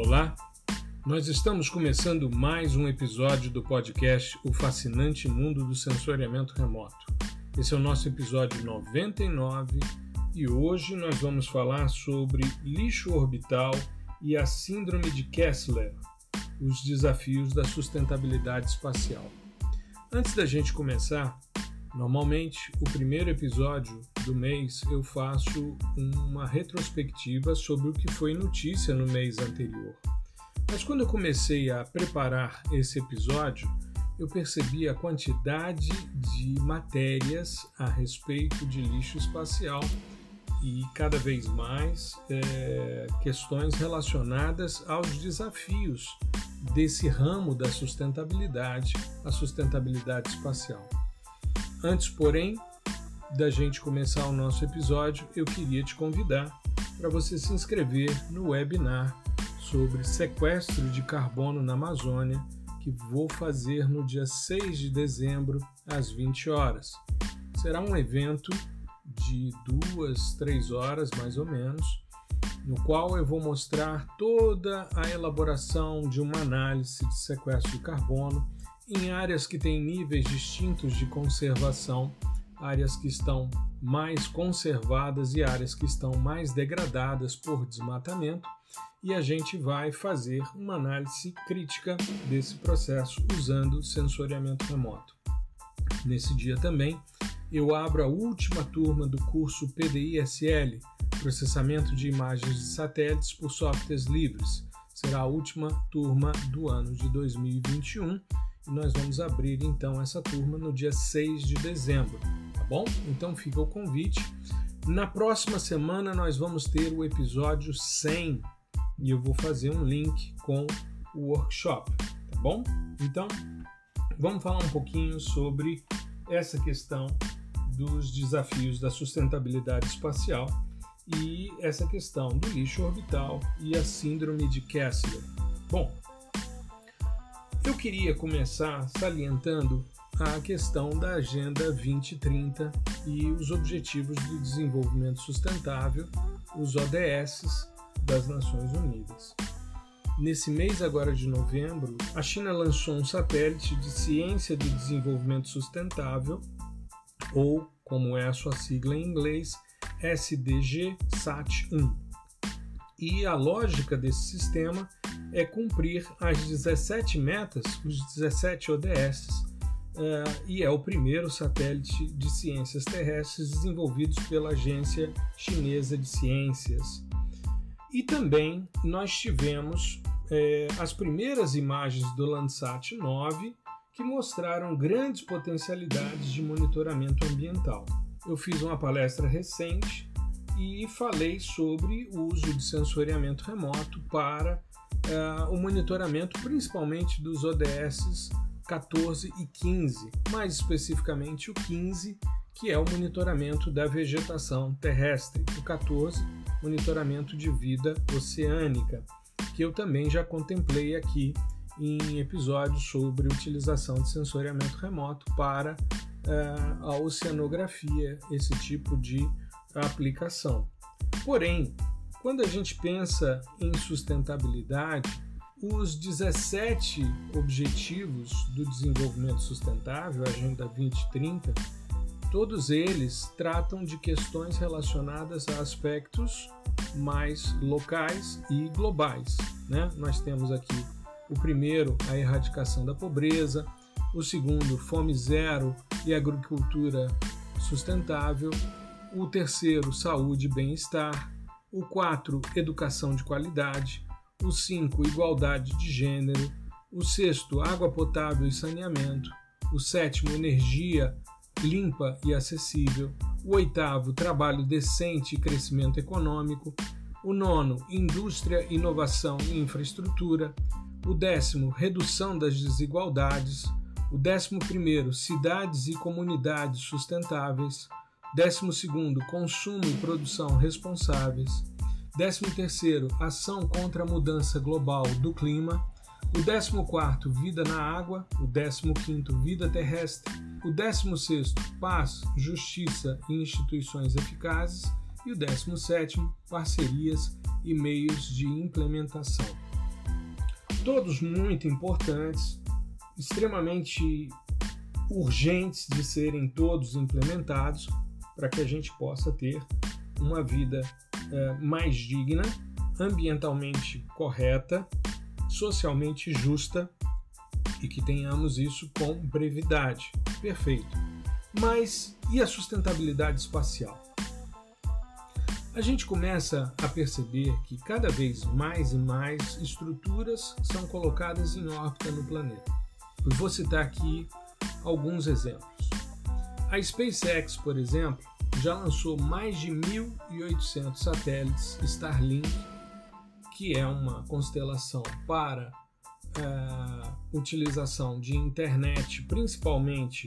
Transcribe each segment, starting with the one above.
Olá, nós estamos começando mais um episódio do podcast O Fascinante Mundo do Sensoriamento Remoto. Esse é o nosso episódio 99 e hoje nós vamos falar sobre lixo orbital e a síndrome de Kessler, os desafios da sustentabilidade espacial. Antes da gente começar, normalmente o primeiro episódio do mês eu faço uma retrospectiva sobre o que foi notícia no mês anterior. Mas quando eu comecei a preparar esse episódio, eu percebi a quantidade de matérias a respeito de lixo espacial e cada vez mais questões relacionadas aos desafios desse ramo da sustentabilidade, a sustentabilidade espacial. Antes, porém, da gente começar o nosso episódio, eu queria te convidar para você se inscrever no webinar sobre sequestro de carbono na Amazônia, que vou fazer no dia 6 de dezembro, às 20 horas. Será um evento de 2-3 horas, mais ou menos, no qual eu vou mostrar toda a elaboração de uma análise de sequestro de carbono em áreas que têm níveis distintos de conservação, áreas que estão mais conservadas e áreas que estão mais degradadas por desmatamento, e a gente vai fazer uma análise crítica desse processo usando sensoriamento remoto. Nesse dia também, eu abro a última turma do curso PDI-SL, Processamento de Imagens de Satélites por Softwares Livres. Será a última turma do ano de 2021 e nós vamos abrir então essa turma no dia 6 de dezembro, tá bom? Então fica o convite. Na próxima semana nós vamos ter o episódio 100 e eu vou fazer um link com o workshop, tá bom? Então vamos falar um pouquinho sobre essa questão dos desafios da sustentabilidade espacial e essa questão do lixo orbital e a síndrome de Kessler. Bom, eu queria começar salientando a questão da Agenda 2030 e os Objetivos do Desenvolvimento Sustentável, os ODS das Nações Unidas. Nesse mês agora de novembro, a China lançou um satélite de ciência do desenvolvimento sustentável, ou, como é a sua sigla em inglês, SDG-SAT-1. E a lógica desse sistema é cumprir as 17 metas, os 17 ODS, e é o primeiro satélite de ciências terrestres desenvolvido pela Agência Chinesa de Ciências. E também nós tivemos as primeiras imagens do Landsat 9 que mostraram grandes potencialidades de monitoramento ambiental. Eu fiz uma palestra recente e falei sobre o uso de sensoriamento remoto para o monitoramento principalmente dos ODS 14 e 15, mais especificamente o 15, que é o monitoramento da vegetação terrestre, o 14, monitoramento de vida oceânica, que eu também já contemplei aqui em episódios sobre utilização de sensoriamento remoto para a oceanografia, esse tipo de aplicação. Porém, quando a gente pensa em sustentabilidade, os 17 Objetivos do Desenvolvimento Sustentável, a Agenda 2030, todos eles tratam de questões relacionadas a aspectos mais locais e globais, né? Nós temos aqui o primeiro, a erradicação da pobreza, o segundo, fome zero e agricultura sustentável, o terceiro, saúde e bem-estar, o 4, educação de qualidade, o 5, igualdade de gênero, o 6º, água potável e saneamento, o 7º, energia limpa e acessível, o 8º, trabalho decente e crescimento econômico, o 9º, indústria, inovação e infraestrutura, o 10º, redução das desigualdades, o 11º, cidades e comunidades sustentáveis, 12º, consumo e produção responsáveis, 13º, ação contra a mudança global do clima, o 14º, vida na água, o 15º, vida terrestre, o 16º, paz, justiça e instituições eficazes, e o 17º, parcerias e meios de implementação. todos muito importantes, extremamente urgentes de serem todos implementados para que a gente possa ter uma vida mais digna, ambientalmente correta, socialmente justa e que tenhamos isso com brevidade. Perfeito. Mas e a sustentabilidade espacial? A gente começa a perceber que cada vez mais e mais estruturas são colocadas em órbita no planeta. Eu vou citar aqui alguns exemplos. A SpaceX, por exemplo, já lançou mais de 1.800 satélites Starlink, que é uma constelação para utilização de internet, principalmente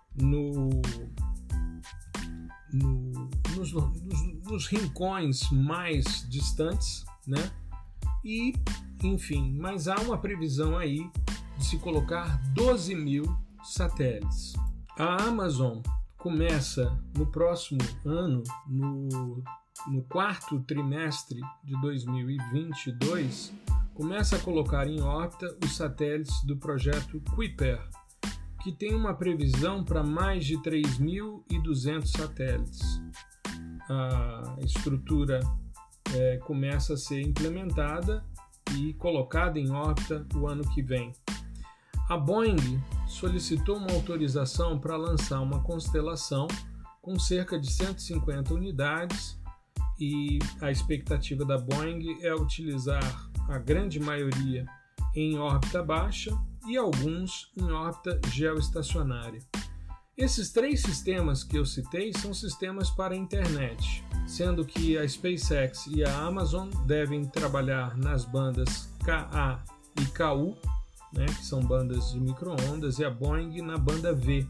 nos rincões mais distantes, né? E, enfim, mas há uma previsão aí de se colocar 12.000 satélites. A Amazon começa no próximo ano, no quarto trimestre de 2022, começa a colocar em órbita os satélites do projeto Kuiper, que tem uma previsão para mais de 3.200 satélites. A estrutura começa a ser implementada e colocada em órbita o ano que vem. A Boeing solicitou uma autorização para lançar uma constelação com cerca de 150 unidades e a expectativa da Boeing é utilizar a grande maioria em órbita baixa e alguns em órbita geoestacionária. Esses 3 sistemas que eu citei são sistemas para a internet, sendo que a SpaceX e a Amazon devem trabalhar nas bandas Ka e Ku, né, que são bandas de micro-ondas, e a Boeing na banda V.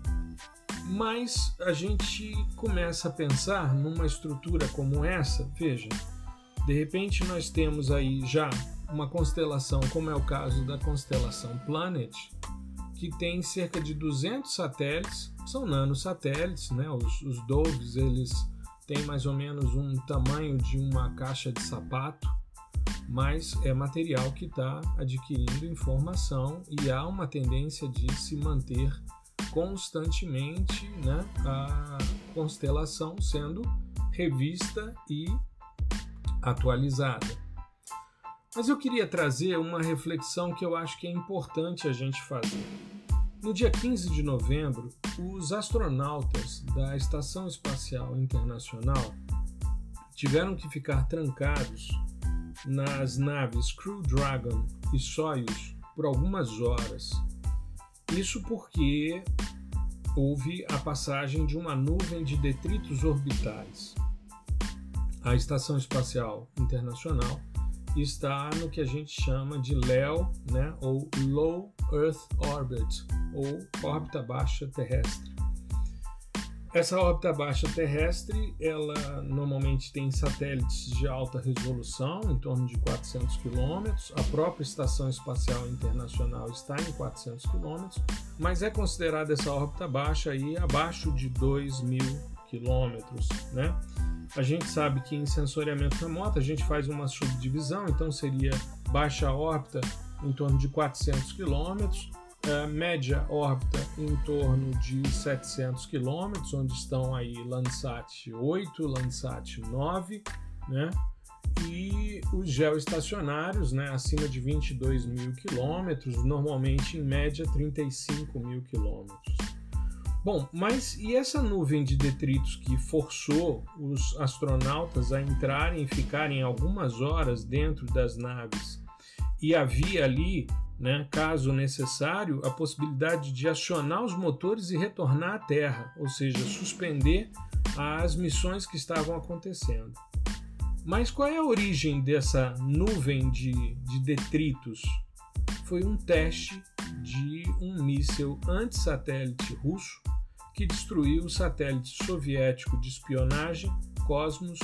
Mas a gente começa a pensar numa estrutura como essa. Veja, de repente nós temos aí já uma constelação, como é o caso da constelação Planet, que tem cerca de 200 satélites, são nanosatélites, né? Os Doves, eles têm mais ou menos um tamanho de uma caixa de sapato, mas é material que está adquirindo informação e há uma tendência de se manter constantemente, né, a constelação sendo revista e atualizada. Mas eu queria trazer uma reflexão que eu acho que é importante a gente fazer. No dia 15 de novembro, os astronautas da Estação Espacial Internacional tiveram que ficar trancados nas naves Crew Dragon e Soyuz por algumas horas. Isso porque houve a passagem de uma nuvem de detritos orbitais. A Estação Espacial Internacional está no que a gente chama de LEO, né, ou Low Earth Orbit, ou órbita baixa terrestre. Essa órbita baixa terrestre, ela normalmente tem satélites de alta resolução, em torno de 400 km. A própria Estação Espacial Internacional está em 400 km, mas é considerada essa órbita baixa aí abaixo de 2.000 km, né? A gente sabe que em sensoriamento remoto a gente faz uma subdivisão, então seria baixa órbita em torno de 400 km, média órbita em torno de 700 km, onde estão aí Landsat 8, Landsat 9, né? E os geoestacionários, né, acima de 22.000 km, normalmente em média 35.000 km. Bom, mas e essa nuvem de detritos que forçou os astronautas a entrarem e ficarem algumas horas dentro das naves? E havia ali, né, caso necessário, a possibilidade de acionar os motores e retornar à Terra, ou seja, suspender as missões que estavam acontecendo. Mas qual é a origem dessa nuvem de detritos? Foi um teste de um míssil antissatélite russo que destruiu o satélite soviético de espionagem Cosmos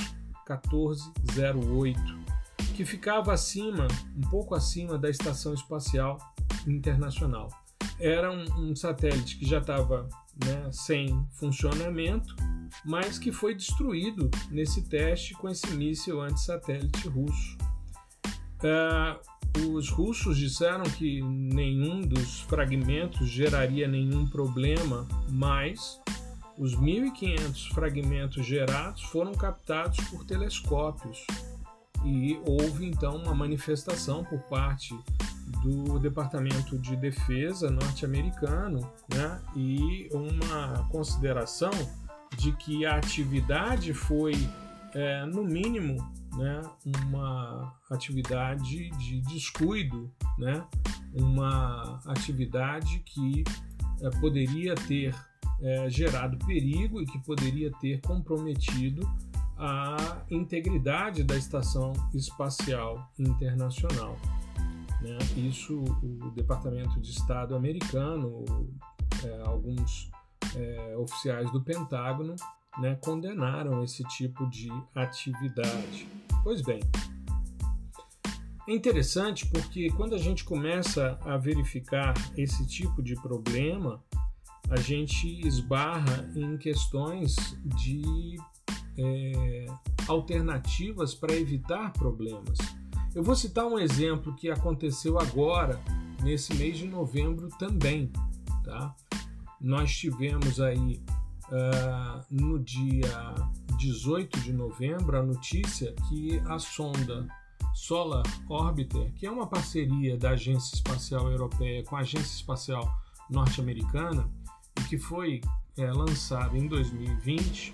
1408, que ficava um pouco acima da Estação Espacial Internacional. Era um satélite que já estava, né, sem funcionamento, mas que foi destruído nesse teste com esse míssil antissatélite russo. os russos disseram que nenhum dos fragmentos geraria nenhum problema, mas os 1.500 fragmentos gerados foram captados por telescópios e houve então uma manifestação por parte do Departamento de Defesa norte-americano, né, e uma consideração de que a atividade foi, no mínimo, né, uma atividade de descuido, né, uma atividade que poderia ter gerado perigo e que poderia ter comprometido a integridade da Estação Espacial Internacional. Né? Isso o Departamento de Estado americano, alguns oficiais do Pentágono, né, condenaram esse tipo de atividade. Pois bem, é interessante porque quando a gente começa a verificar esse tipo de problema, a gente esbarra em questões de alternativas para evitar problemas. Eu vou citar um exemplo que aconteceu agora, nesse mês de novembro também. Tá? Nós tivemos aí, no dia 18 de novembro, a notícia que a sonda Solar Orbiter, que é uma parceria da Agência Espacial Europeia com a Agência Espacial Norte-Americana, e que foi lançada em 2020,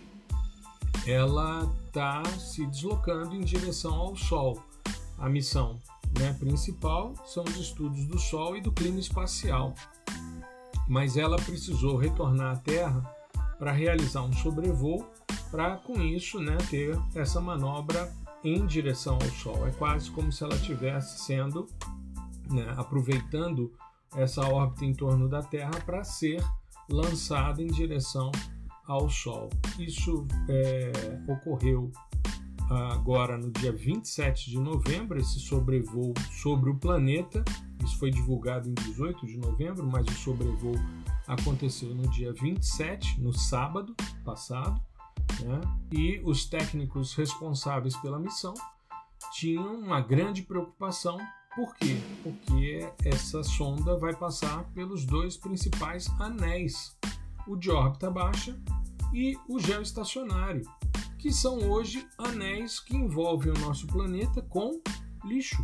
ela está se deslocando em direção ao Sol. A missão, né, principal são os estudos do Sol e do clima espacial, mas ela precisou retornar à Terra para realizar um sobrevoo, para com isso, né, ter essa manobra em direção ao Sol. É quase como se ela estivesse sendo, né, aproveitando essa órbita em torno da Terra para ser lançada em direção ao Sol. Isso ocorreu agora no dia 27 de novembro, esse sobrevoo sobre o planeta. Isso foi divulgado em 18 de novembro, mas o sobrevoo aconteceu no dia 27, no sábado passado, né? E os técnicos responsáveis pela missão tinham uma grande preocupação. Por quê? Porque essa sonda vai passar pelos dois principais anéis, o de órbita baixa e o geoestacionário, que são hoje anéis que envolvem o nosso planeta com lixo.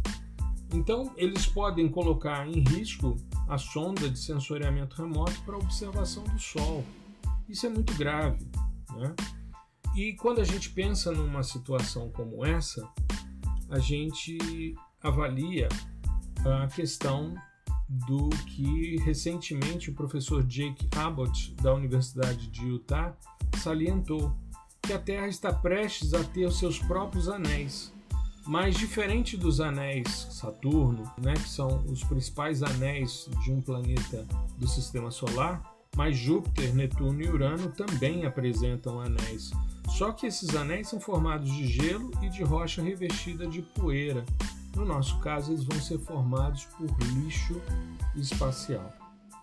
Então, eles podem colocar em risco a sonda de sensoriamento remoto para observação do Sol. Isso é muito grave, né? E quando a gente pensa numa situação como essa, a gente avalia a questão do que recentemente o professor Jake Abbott, da Universidade de Utah, salientou, que a Terra está prestes a ter os seus próprios anéis. Mas diferente dos anéis Saturno, né, que são os principais anéis de um planeta do Sistema Solar, mas Júpiter, Netuno e Urano também apresentam anéis. Só que esses anéis são formados de gelo e de rocha revestida de poeira. No nosso caso, eles vão ser formados por lixo espacial.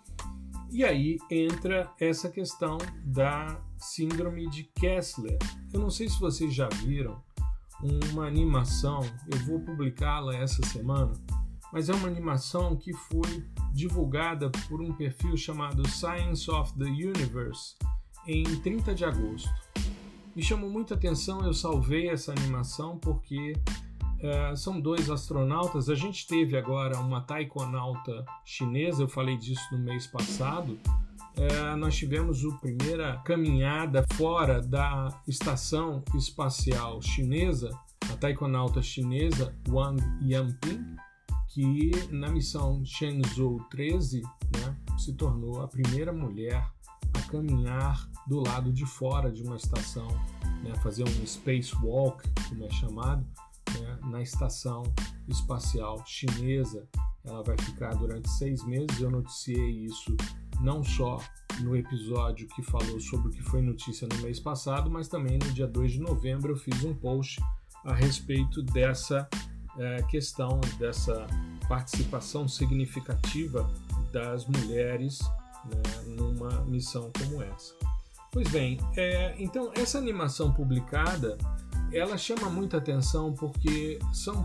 E aí entra essa questão da síndrome de Kessler. Eu não sei se vocês já viram uma animação, eu vou publicá-la essa semana, mas é uma animação que foi divulgada por um perfil chamado Science of the Universe em 30 de agosto. Me chamou muita atenção, eu salvei essa animação porque são dois astronautas. A gente teve agora uma taikonauta chinesa, eu falei disso no mês passado. Nós tivemos a primeira caminhada fora da estação espacial chinesa, a taikonauta chinesa Wang Yanping, que na missão Shenzhou 13, né, se tornou a primeira mulher a caminhar do lado de fora de uma estação, né, fazer um spacewalk, como é chamado, né, na estação espacial chinesa. Ela vai ficar durante 6 meses. Eu noticiei isso não só no episódio que falou sobre o que foi notícia no mês passado, mas também no dia 2 de novembro eu fiz um post a respeito dessa questão, dessa participação significativa das mulheres, né, numa missão como essa. Pois bem, então essa animação publicada, ela chama muita atenção porque são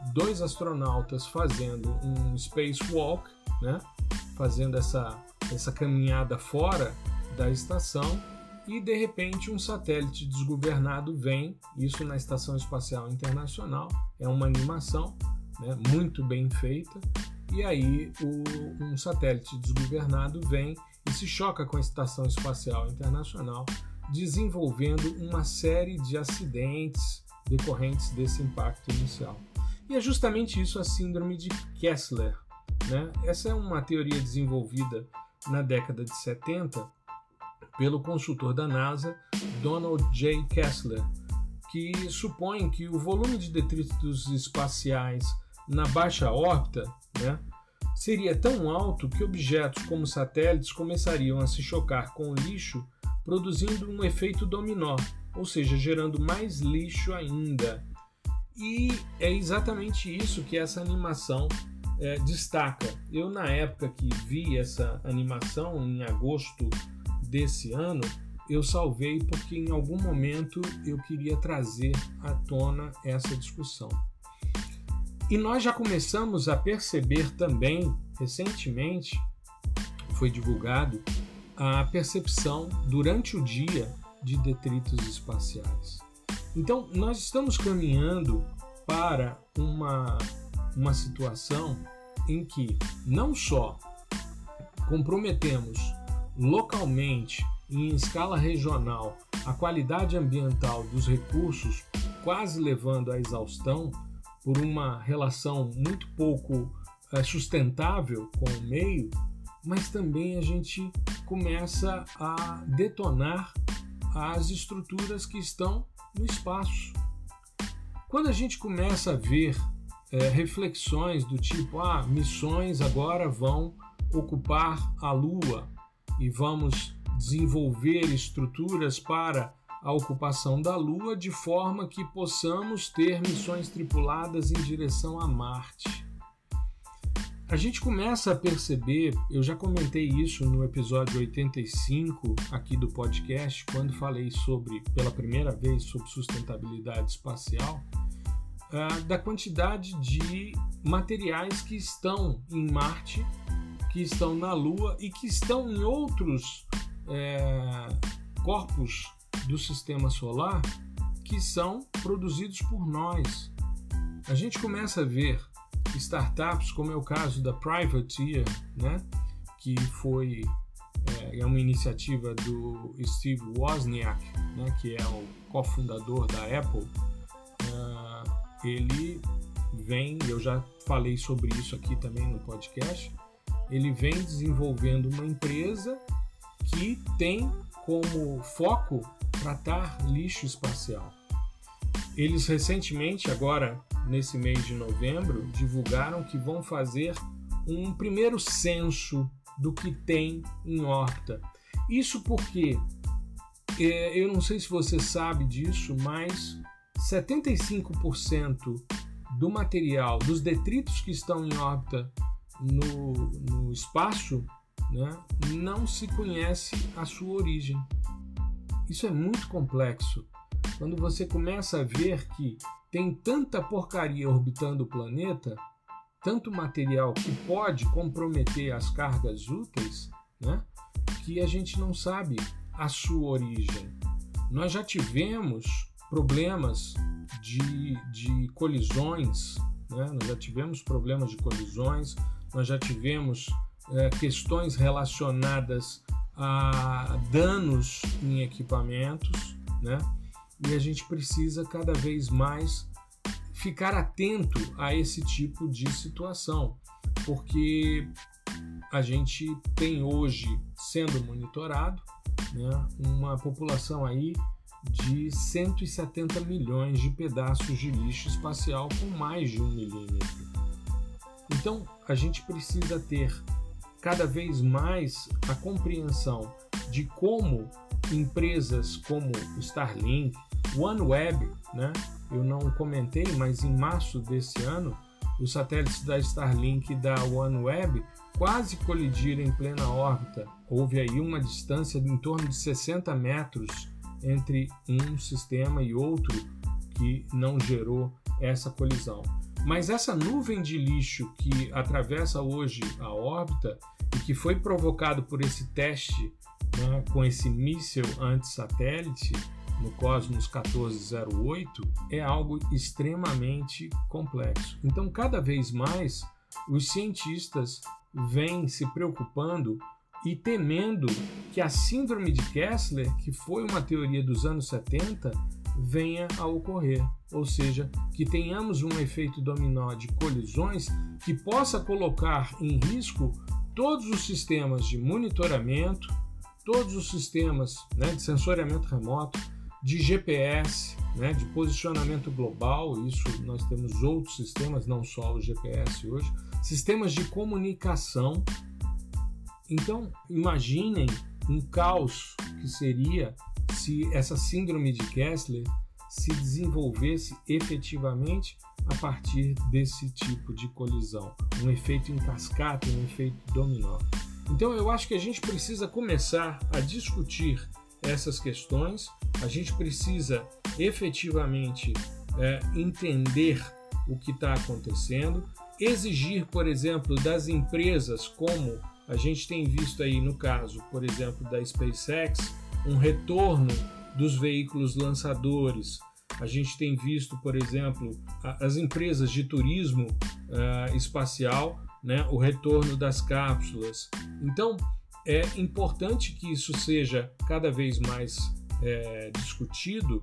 2 astronautas fazendo um spacewalk, né? Fazendo essa caminhada fora da estação, e de repente um satélite desgovernado vem, isso na Estação Espacial Internacional, é uma animação, né, muito bem feita, e aí um satélite desgovernado vem e se choca com a Estação Espacial Internacional, desenvolvendo uma série de acidentes decorrentes desse impacto inicial. E é justamente isso a síndrome de Kessler, né? Essa é uma teoria desenvolvida na década de 70 pelo consultor da NASA, Donald J. Kessler, que supõe que o volume de detritos espaciais na baixa órbita, né, seria tão alto que objetos como satélites começariam a se chocar com o lixo, produzindo um efeito dominó, ou seja, gerando mais lixo ainda. E é exatamente isso que essa animação destaca. Eu, na época que vi essa animação, em agosto desse ano, eu salvei porque em algum momento eu queria trazer à tona essa discussão. E nós já começamos a perceber também, recentemente, foi divulgado, a percepção durante o dia de detritos espaciais. Então, nós estamos caminhando para uma situação em que não só comprometemos localmente e em escala regional a qualidade ambiental dos recursos, quase levando à exaustão por uma relação muito pouco sustentável com o meio, mas também a gente começa a detonar as estruturas que estão no espaço. Quando a gente começa a ver reflexões do tipo, missões agora vão ocupar a Lua e vamos desenvolver estruturas para a ocupação da Lua de forma que possamos ter missões tripuladas em direção a Marte. A gente começa a perceber, eu já comentei isso no episódio 85 aqui do podcast, quando falei pela primeira vez sobre sustentabilidade espacial, da quantidade de materiais que estão em Marte, que estão na Lua e que estão em outros corpos do sistema solar que são produzidos por nós. A gente começa a ver startups, como é o caso da Privateer, né, que é uma iniciativa do Steve Wozniak, né, que é o cofundador da Apple. Ele vem, eu já falei sobre isso aqui também no podcast, ele vem desenvolvendo uma empresa que tem como foco tratar lixo espacial. Eles recentemente, agora nesse mês de novembro, divulgaram que vão fazer um primeiro censo do que tem em órbita. Isso porque, eu não sei se você sabe disso, mas 75% do material, dos detritos que estão em órbita no espaço, né, não se conhece a sua origem. Isso é muito complexo. Quando você começa a ver que tem tanta porcaria orbitando o planeta, tanto material que pode comprometer as cargas úteis, né, que a gente não sabe a sua origem. Nós já tivemos problemas de colisões, né? Nós já tivemos problemas de colisões, nós já tivemos questões relacionadas a danos em equipamentos, né? E a gente precisa cada vez mais ficar atento a esse tipo de situação, porque a gente tem hoje, sendo monitorado, né, uma população aí de 170 milhões de pedaços de lixo espacial com mais de 1 milímetro. Então, a gente precisa ter cada vez mais a compreensão de como empresas como Starlink, OneWeb, né? Eu não comentei, mas em março desse ano, os satélites da Starlink e da OneWeb quase colidiram em plena órbita. Houve aí uma distância em torno de 60 metros entre um sistema e outro que não gerou essa colisão. Mas essa nuvem de lixo que atravessa hoje a órbita e que foi provocado por esse teste, né, com esse míssil anti-satélite no Cosmos 1408, é algo extremamente complexo. Então, cada vez mais, os cientistas vêm se preocupando e temendo que a síndrome de Kessler, que foi uma teoria dos anos 70, venha a ocorrer, ou seja, que tenhamos um efeito dominó de colisões que possa colocar em risco todos os sistemas de monitoramento, todos os sistemas, né, de sensoriamento remoto, de GPS, né, de posicionamento global. Isso nós temos outros sistemas, não só o GPS hoje, sistemas de comunicação. Então, imaginem um caos que seria se essa síndrome de Kessler se desenvolvesse efetivamente a partir desse tipo de colisão, um efeito em cascata, um efeito dominó. Então, eu acho que a gente precisa começar a discutir essas questões, a gente precisa efetivamente entender o que está acontecendo, exigir, por exemplo, das empresas, como a gente tem visto aí no caso, por exemplo, da SpaceX, um retorno dos veículos lançadores. A gente tem visto, por exemplo, as empresas de turismo espacial, né, o retorno das cápsulas. Então, é importante que isso seja cada vez mais discutido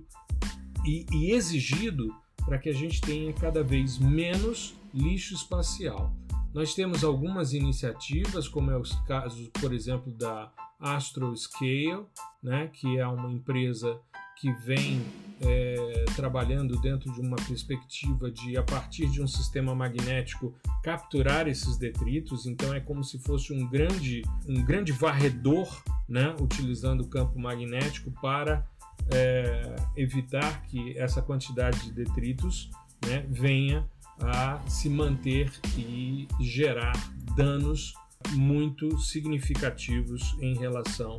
e exigido para que a gente tenha cada vez menos lixo espacial. Nós temos algumas iniciativas, como é o caso, por exemplo, da Astroscale, né, que é uma empresa que vem trabalhando dentro de uma perspectiva de, a partir de um sistema magnético, capturar esses detritos. Então é como se fosse um grande varredor, né, utilizando o campo magnético para evitar que essa quantidade de detritos, né, venha a se manter e gerar danos muito significativos em relação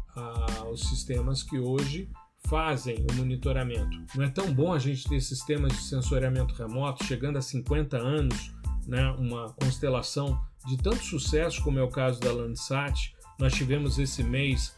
aos sistemas que hoje fazem o monitoramento. Não é tão bom a gente ter sistemas de sensoriamento remoto chegando a 50 anos, né, uma constelação de tanto sucesso como é o caso da Landsat. Nós tivemos esse mês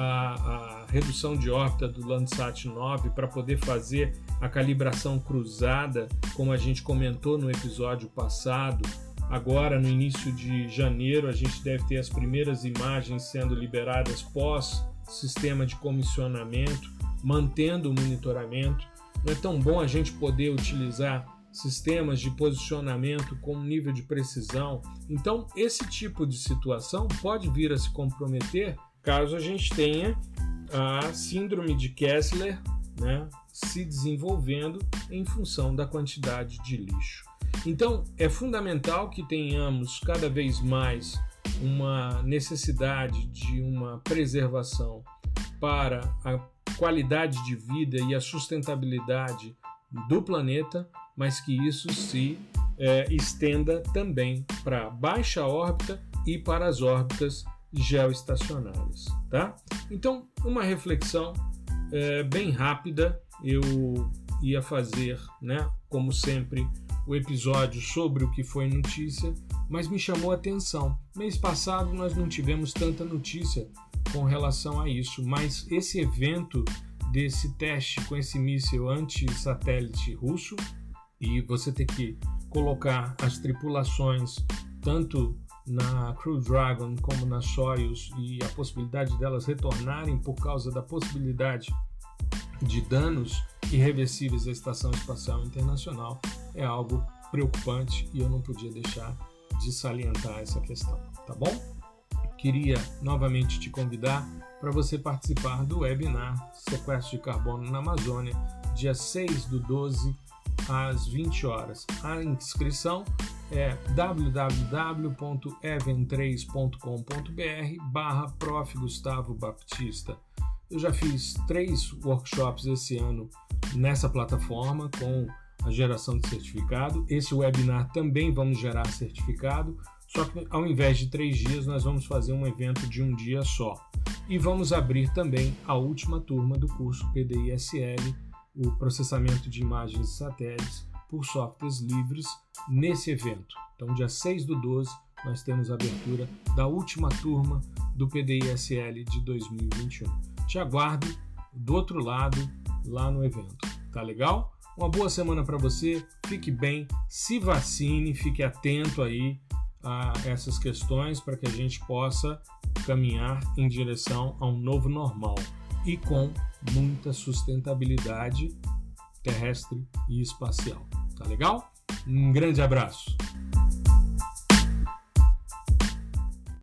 a redução de órbita do Landsat 9 para poder fazer a calibração cruzada, como a gente comentou no episódio passado. Agora, no início de janeiro, a gente deve ter as primeiras imagens sendo liberadas pós-sistema de comissionamento, mantendo o monitoramento. Não é tão bom a gente poder utilizar sistemas de posicionamento com nível de precisão. Então, esse tipo de situação pode vir a se comprometer caso a gente tenha a síndrome de Kessler, né, se desenvolvendo em função da quantidade de lixo. Então, é fundamental que tenhamos cada vez mais uma necessidade de uma preservação para a qualidade de vida e a sustentabilidade do planeta, mas que isso se estenda também para a baixa órbita e para as órbitas geoestacionárias, tá? Então, uma reflexão bem rápida. Eu ia fazer, né, como sempre, o episódio sobre o que foi notícia, mas me chamou a atenção. Mês passado nós não tivemos tanta notícia com relação a isso, mas esse evento desse teste com esse míssil anti-satélite russo, e você ter que colocar as tripulações tanto na Crew Dragon como na Soyuz e a possibilidade delas retornarem por causa da possibilidade de danos irreversíveis à Estação Espacial Internacional, é algo preocupante e eu não podia deixar de salientar essa questão, tá bom? Queria novamente te convidar para você participar do webinar Sequestro de Carbono na Amazônia, dia 6/12 às 20 horas. A inscrição é www.even3.com.br/Prof. Gustavo Baptista. Eu já fiz 3 workshops esse ano nessa plataforma com a geração de certificado. Esse webinar também vamos gerar certificado, só que ao invés de 3 dias nós vamos fazer um evento de um dia só. E vamos abrir também a última turma do curso PDI-SL, o processamento de imagens de satélites, por softwares livres nesse evento. Então, dia 6/12, nós temos a abertura da última turma do PDI-SL de 2021. Te aguardo do outro lado, lá no evento. Tá legal? Uma boa semana para você, fique bem, se vacine, fique atento aí a essas questões para que a gente possa caminhar em direção a um novo normal e com muita sustentabilidade terrestre e espacial. Tá legal? Um grande abraço!